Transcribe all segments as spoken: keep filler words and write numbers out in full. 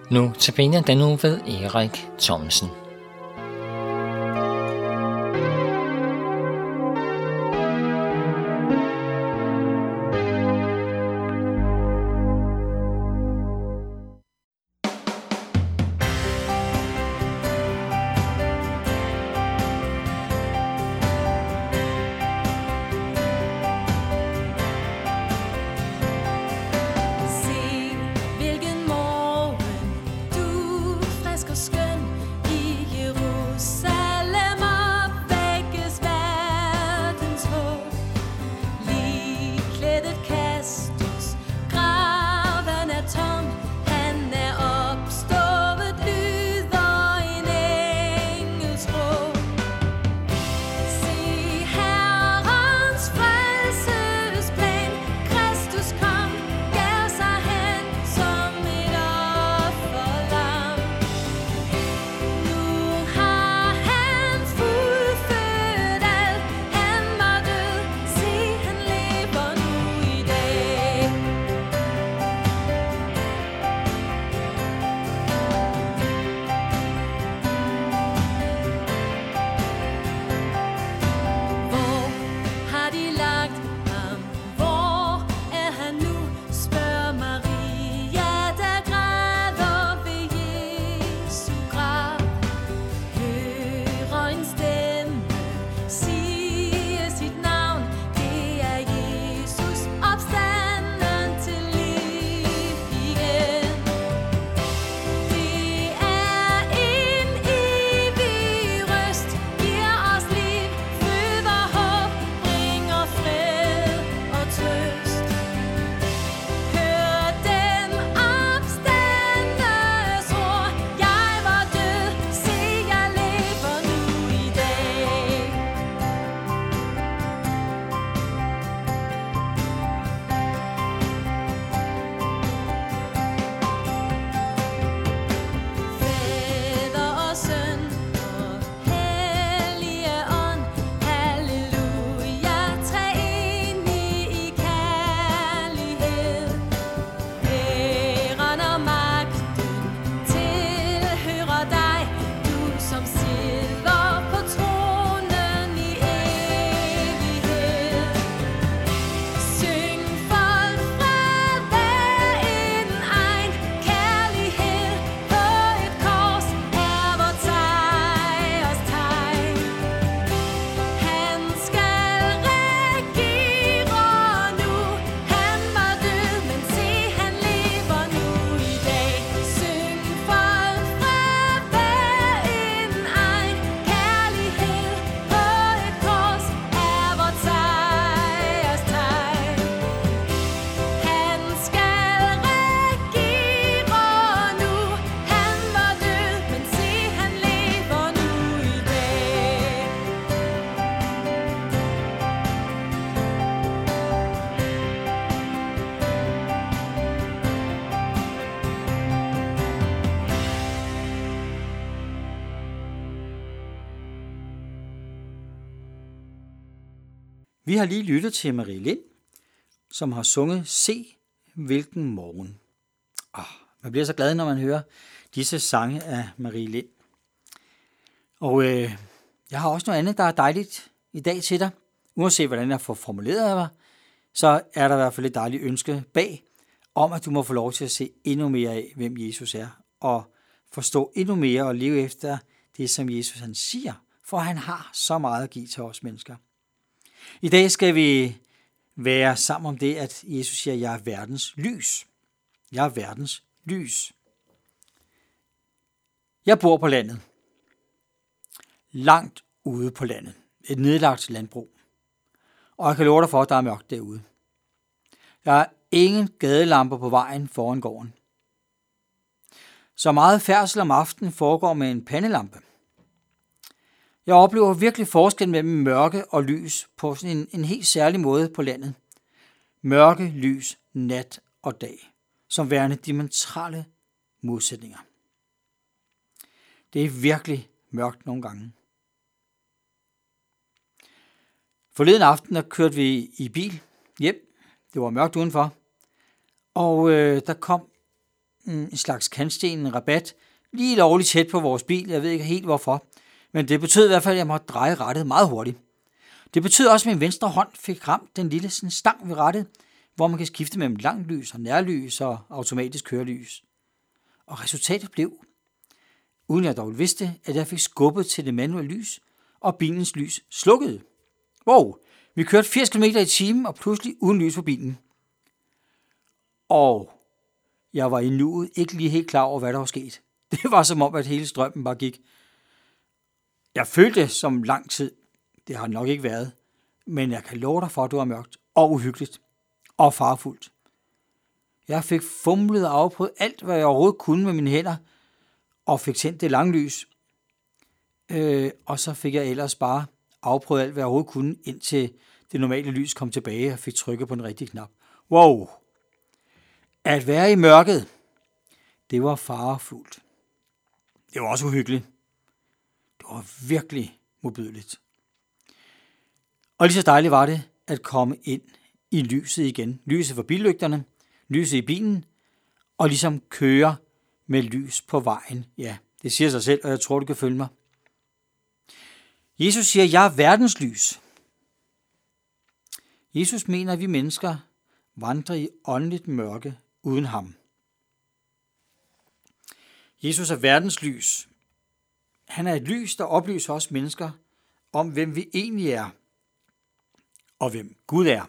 Nu tabiner den nu ved Erik Thomsen. Vi har lige lyttet til Marie Lind, som har sunget Se, hvilken morgen. Oh, man bliver så glad, når man hører disse sange af Marie Lind. Og øh, jeg har også noget andet, der er dejligt i dag til dig. Uanset hvordan jeg får formuleret af mig, så er der i hvert fald et dejligt ønske bag, om at du må få lov til at se endnu mere af, hvem Jesus er, og forstå endnu mere og leve efter det, som Jesus han siger, for han har så meget at give til os mennesker. I dag skal vi være sammen om det, at Jesus siger, at jeg er verdens lys. Jeg er verdens lys. Jeg bor på landet. Langt ude på landet. Et nedlagt landbrug. Og jeg kan love dig for, at der er mørkt derude. Der er ingen gadelamper på vejen foran gården. Så meget færdsel om aftenen foregår med en pandelampe. Jeg oplever virkelig forskellen mellem mørke og lys på sådan en, en helt særlig måde på landet. Mørke, lys, nat og dag, som værende diametrale modsætninger. Det er virkelig mørkt nogle gange. Forleden aften der kørte vi i bil hjem. Det var mørkt udenfor. Og øh, der kom en slags kantsten, en rabat, lige lovligt tæt på vores bil. Jeg ved ikke helt hvorfor, men det betød i hvert fald, at jeg måtte dreje rattet meget hurtigt. Det betød også, at min venstre hånd fik ramt den lille sådan, stang ved rattet, hvor man kan skifte mellem langt lys og nærlys og automatisk kørelys. Og resultatet blev, uden jeg dog vidste, at jeg fik skubbet til det manuelle lys, og bilens lys slukkede. Wow, vi kørte firs kilometer i timen, og pludselig uden lys på bilen. Og jeg var i nuet ikke lige helt klar over, hvad der var sket. Det var som om, at hele strømmen bare gik. Jeg følte det som lang tid. Det har det nok ikke været. Men jeg kan love dig for, at det var mørkt og uhyggeligt og farfuldt. Jeg fik fumlet og afprøvet alt, hvad jeg overhovedet kunne med mine hænder, og fik tændt det lange lys. Øh, og så fik jeg ellers bare afprøvet alt, hvad jeg overhovedet kunne, indtil det normale lys kom tilbage og fik trykket på den rigtige knap. Wow! At være i mørket, det var farefuldt. Det var også uhyggeligt. Det var virkelig modbydeligt. Og lige så dejligt var det at komme ind i lyset igen. Lyset for billygterne, lyset i bilen, og ligesom køre med lys på vejen. Ja, det siger sig selv, og jeg tror, du kan følge mig. Jesus siger, jeg er verdens lys. Jesus mener, at vi mennesker vandrer i åndeligt mørke uden ham. Jesus er verdens lys. Han er et lys, der oplyser os mennesker om, hvem vi egentlig er, og hvem Gud er.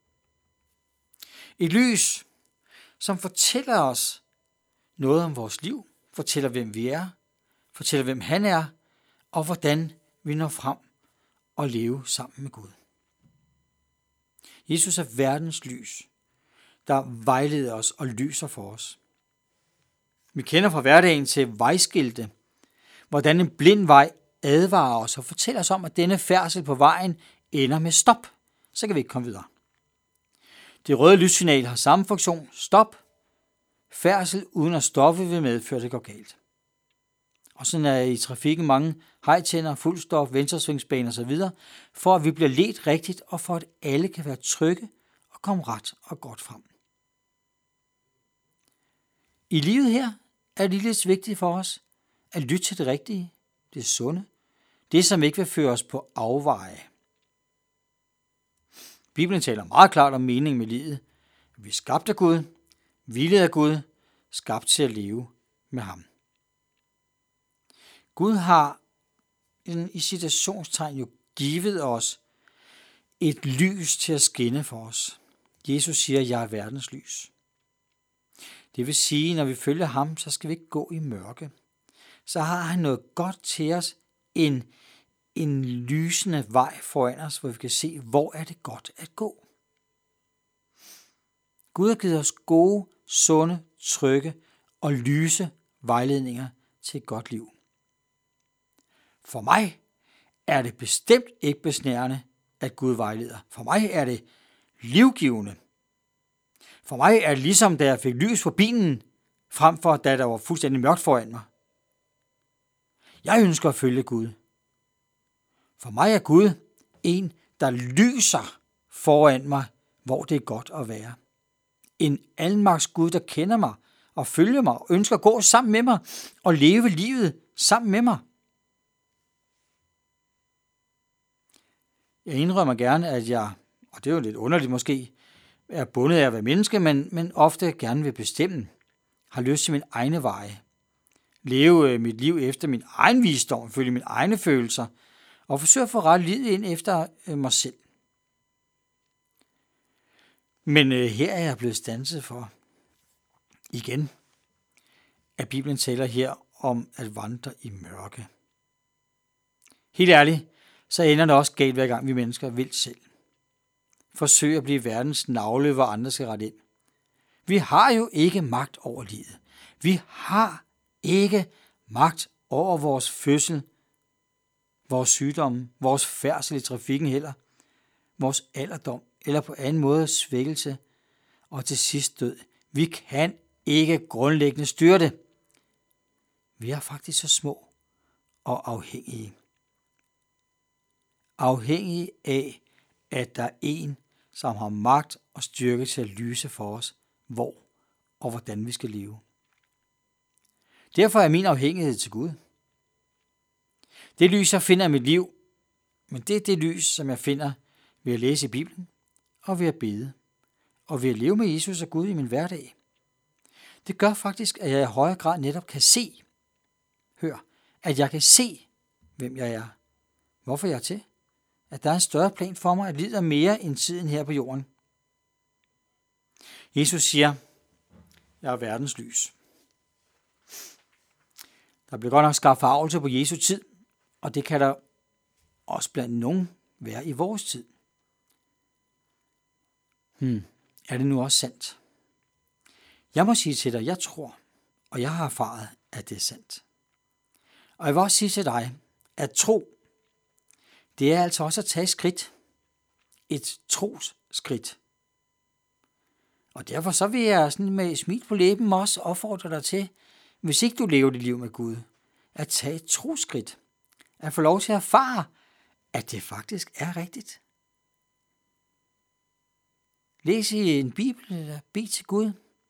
Et lys, som fortæller os noget om vores liv, fortæller, hvem vi er, fortæller, hvem han er, og hvordan vi når frem og leve sammen med Gud. Jesus er verdens lys, der vejleder os og lyser for os. Vi kender fra hverdagen til vejskilte, hvordan en blind vej advarer os og fortæller os om, at denne færdsel på vejen ender med stop. Så kan vi ikke komme videre. Det røde lyssignal har samme funktion, stop. Færdsel uden at stoppe vil medføre, det går galt. Og sådan er i trafikken mange hejtænder, fuldstop, venstresvingsbaner osv., for at vi bliver ledt rigtigt, og for at alle kan være trygge og komme ret og godt frem. I livet her er det lidt vigtigt for os at lytte til det rigtige, det sunde, det som ikke vil føre os på afveje. Bibelen taler meget klart om meningen med livet. Vi er skabt af Gud, villet af Gud, skabt til at leve med ham. Gud har i citationstegn jo givet os et lys til at skinne for os. Jesus siger, jeg er verdens lys. Det vil sige, når vi følger ham, så skal vi ikke gå i mørke. Så har han noget godt til os, en, en lysende vej foran os, hvor vi kan se, hvor er det godt at gå. Gud har givet os gode, sunde, trygge og lyse vejledninger til et godt liv. For mig er det bestemt ikke besnærende, at Gud vejleder. For mig er det livgivende. For mig er det ligesom, da jeg fik lys på bilen, frem for da der var fuldstændig mørkt foran mig. Jeg ønsker at følge Gud. For mig er Gud en, der lyser foran mig, hvor det er godt at være. En almagts Gud, der kender mig og følger mig og ønsker at gå sammen med mig og leve livet sammen med mig. Jeg indrømmer gerne, at jeg, og det er jo lidt underligt måske, er bundet af at være menneske, men, men ofte gerne vil bestemme, har lyst til min egne veje, leve mit liv efter min egen visdom, følge mine egne følelser, og forsøge at få ret livet ind efter mig selv. Men øh, her er jeg blevet standset for, igen, at Bibelen taler her om at vandre i mørke. Helt ærligt, så ender det også galt hver gang vi mennesker vil selv. Forsøg at blive verdens navle, hvor andre skal rette ind. Vi har jo ikke magt over livet. Vi har ikke magt over vores fødsel, vores sygdomme, vores færdsel i trafikken heller, vores alderdom eller på anden måde svækkelse og til sidst død. Vi kan ikke grundlæggende styre det. Vi er faktisk så små og afhængige. Afhængige af, at der er en, som har magt og styrke til at lyse for os, hvor og hvordan vi skal leve. Derfor er min afhængighed til Gud. Det lys, jeg finder i mit liv, men det er det lys, som jeg finder ved at læse i Bibelen, og ved at bede, og ved at leve med Jesus og Gud i min hverdag. Det gør faktisk, at jeg i højere grad netop kan se, hør, at jeg kan se, hvem jeg er, hvorfor jeg er til, at der er en større plan for mig, at livet er mere end tiden her på jorden. Jesus siger, jeg er verdens lys. Der bliver godt nok skabt forargelse på Jesu tid, og det kan der også blandt nogen være i vores tid. Hmm, er det nu også sandt? Jeg må sige til dig, jeg tror, og jeg har erfaret, at det er sandt. Og jeg vil også sige til dig, at tro, det er altså også at tage et skridt. Et trosskridt. Og derfor så vil jeg sådan med smil på læben også opfordre dig til, hvis ikke du lever dit liv med Gud, at tage et trosskridt. At få lov til at erfare, at det faktisk er rigtigt. Læs i en bibel eller bed til Gud.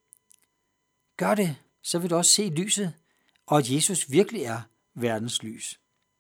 Gør det, så vil du også se lyset, og at Jesus virkelig er verdens lys.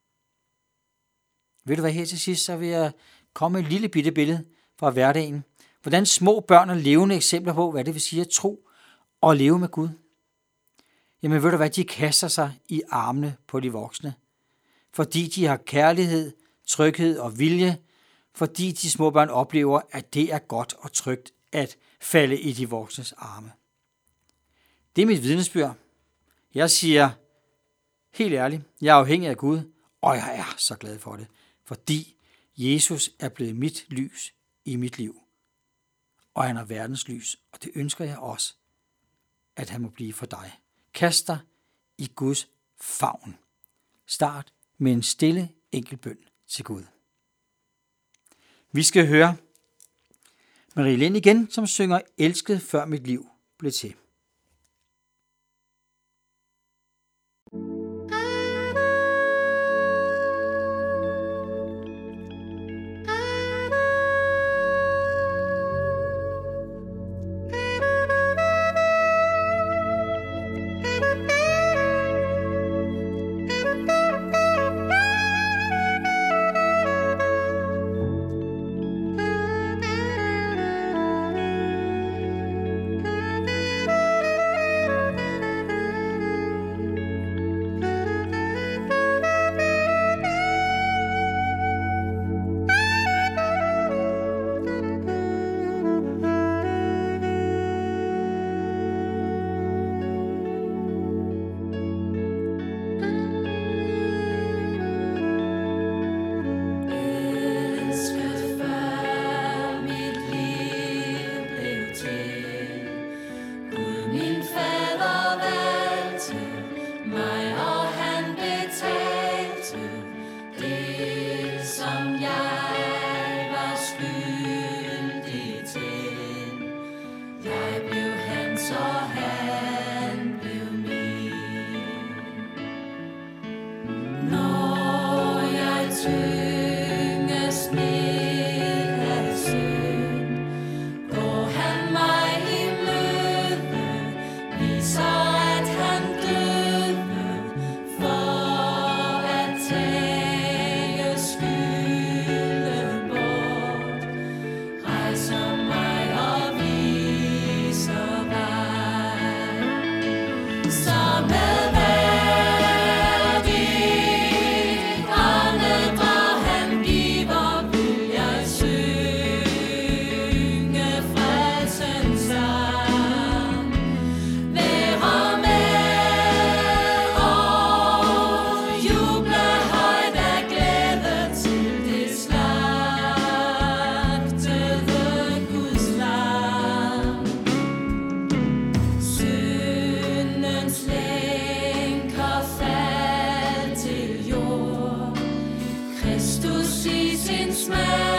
Ved du hvad, her til sidst, så vil jeg komme med et lille bitte billede fra hverdagen. Hvordan små børn er levende eksempler på, hvad det vil sige at tro og leve med Gud. Jamen ved du hvad, de kaster sig i armene på de voksne. Fordi de har kærlighed, tryghed og vilje. Fordi de små børn oplever, at det er godt og trygt at falde i de voksnes arme. Det er mit vidnesbyrd. Jeg siger helt ærligt, jeg er afhængig af Gud, og jeg er så glad for det. Fordi Jesus er blevet mit lys i mit liv. Og han er verdens lys, og det ønsker jeg også, at han må blive for dig. Kast dig i Guds favn. Start med en stille enkel bøn til Gud. Vi skal høre Marie Lind igen, som synger Elsket før mit liv blev til. Kristus i sin smerte